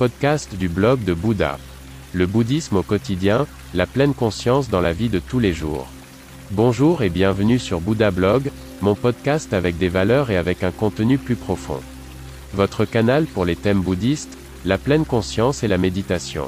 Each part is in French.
podcast du blog de Bouddha. Le bouddhisme au quotidien, la pleine conscience dans la vie de tous les jours. Bonjour et bienvenue sur Bouddha Blog, mon podcast avec des valeurs et avec un contenu plus profond. Votre canal pour les thèmes bouddhistes, la pleine conscience et la méditation.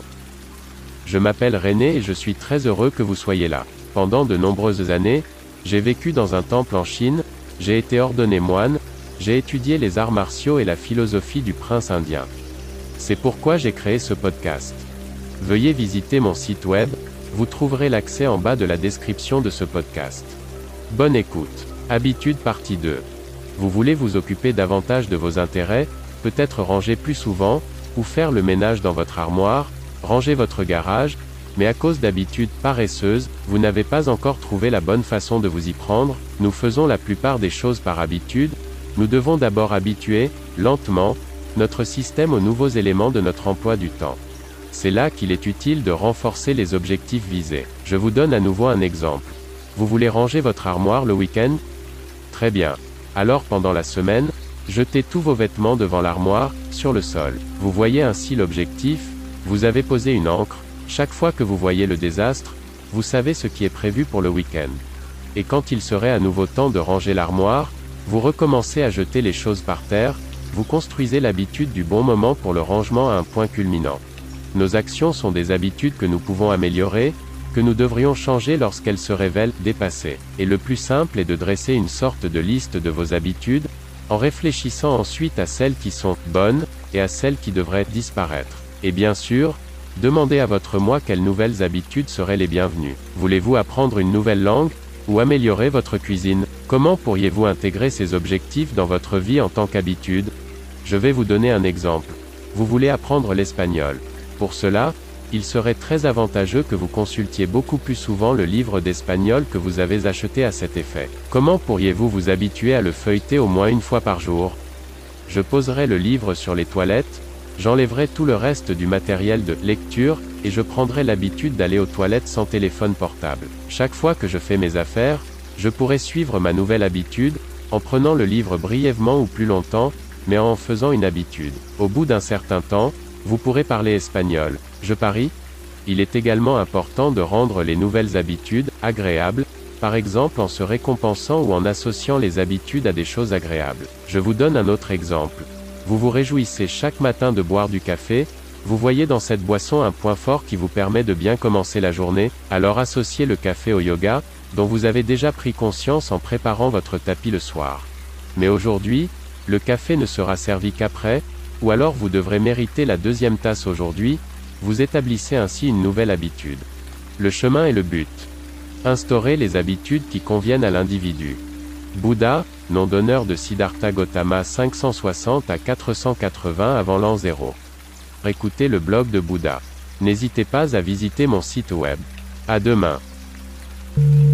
Je m'appelle René et je suis très heureux que vous soyez là. Pendant de nombreuses années, j'ai vécu dans un temple en Chine, j'ai été ordonné moine, j'ai étudié les arts martiaux et la philosophie du prince indien. C'est pourquoi j'ai créé ce podcast. Veuillez visiter mon site web, vous trouverez l'accès en bas de la description de ce podcast. Bonne écoute. Habitude partie 2. Vous voulez vous occuper davantage de vos intérêts, peut-être ranger plus souvent, ou faire le ménage dans votre armoire, ranger votre garage, mais à cause d'habitudes paresseuses, vous n'avez pas encore trouvé la bonne façon de vous y prendre. Nous faisons la plupart des choses par habitude. Nous devons d'abord habituer, lentement, notre système aux nouveaux éléments de notre emploi du temps. C'est là qu'il est utile de renforcer les objectifs visés. Je vous donne à nouveau un exemple. Vous voulez ranger votre armoire le week-end? Très bien. Alors pendant la semaine, jetez tous vos vêtements devant l'armoire, sur le sol. Vous voyez ainsi l'objectif, vous avez posé une encre. Chaque fois que vous voyez le désastre, vous savez ce qui est prévu pour le week-end. Et quand il serait à nouveau temps de ranger l'armoire, vous recommencez à jeter les choses par terre, vous construisez l'habitude du bon moment pour le rangement à un point culminant. Nos actions sont des habitudes que nous pouvons améliorer, que nous devrions changer lorsqu'elles se révèlent dépassées. Et le plus simple est de dresser une sorte de liste de vos habitudes, en réfléchissant ensuite à celles qui sont bonnes, et à celles qui devraient disparaître. Et bien sûr, demandez à votre moi quelles nouvelles habitudes seraient les bienvenues. Voulez-vous apprendre une nouvelle langue, ou améliorer votre cuisine? Comment pourriez-vous intégrer ces objectifs dans votre vie en tant qu'habitude? Je vais vous donner un exemple. Vous voulez apprendre l'espagnol. Pour cela, il serait très avantageux que vous consultiez beaucoup plus souvent le livre d'espagnol que vous avez acheté à cet effet. Comment pourriez-vous vous habituer à le feuilleter au moins une fois par jour? Je poserai le livre sur les toilettes, j'enlèverai tout le reste du matériel de lecture, et je prendrai l'habitude d'aller aux toilettes sans téléphone portable. Chaque fois que je fais mes affaires, je pourrai suivre ma nouvelle habitude, en prenant le livre brièvement ou plus longtemps, mais en faisant une habitude. Au bout d'un certain temps, vous pourrez parler espagnol. Je parie? Il est également important de rendre les nouvelles habitudes agréables, par exemple en se récompensant ou en associant les habitudes à des choses agréables. Je vous donne un autre exemple. Vous vous réjouissez chaque matin de boire du café, vous voyez dans cette boisson un point fort qui vous permet de bien commencer la journée, alors associez le café au yoga, dont vous avez déjà pris conscience en préparant votre tapis le soir. Mais aujourd'hui, le café ne sera servi qu'après, ou alors vous devrez mériter la deuxième tasse aujourd'hui, vous établissez ainsi une nouvelle habitude. Le chemin est le but. Instaurez les habitudes qui conviennent à l'individu. Bouddha, nom d'honneur de Siddhartha Gautama 560 à 480 avant l'an 0. Écoutez le blog de Bouddha. N'hésitez pas à visiter mon site web. À demain.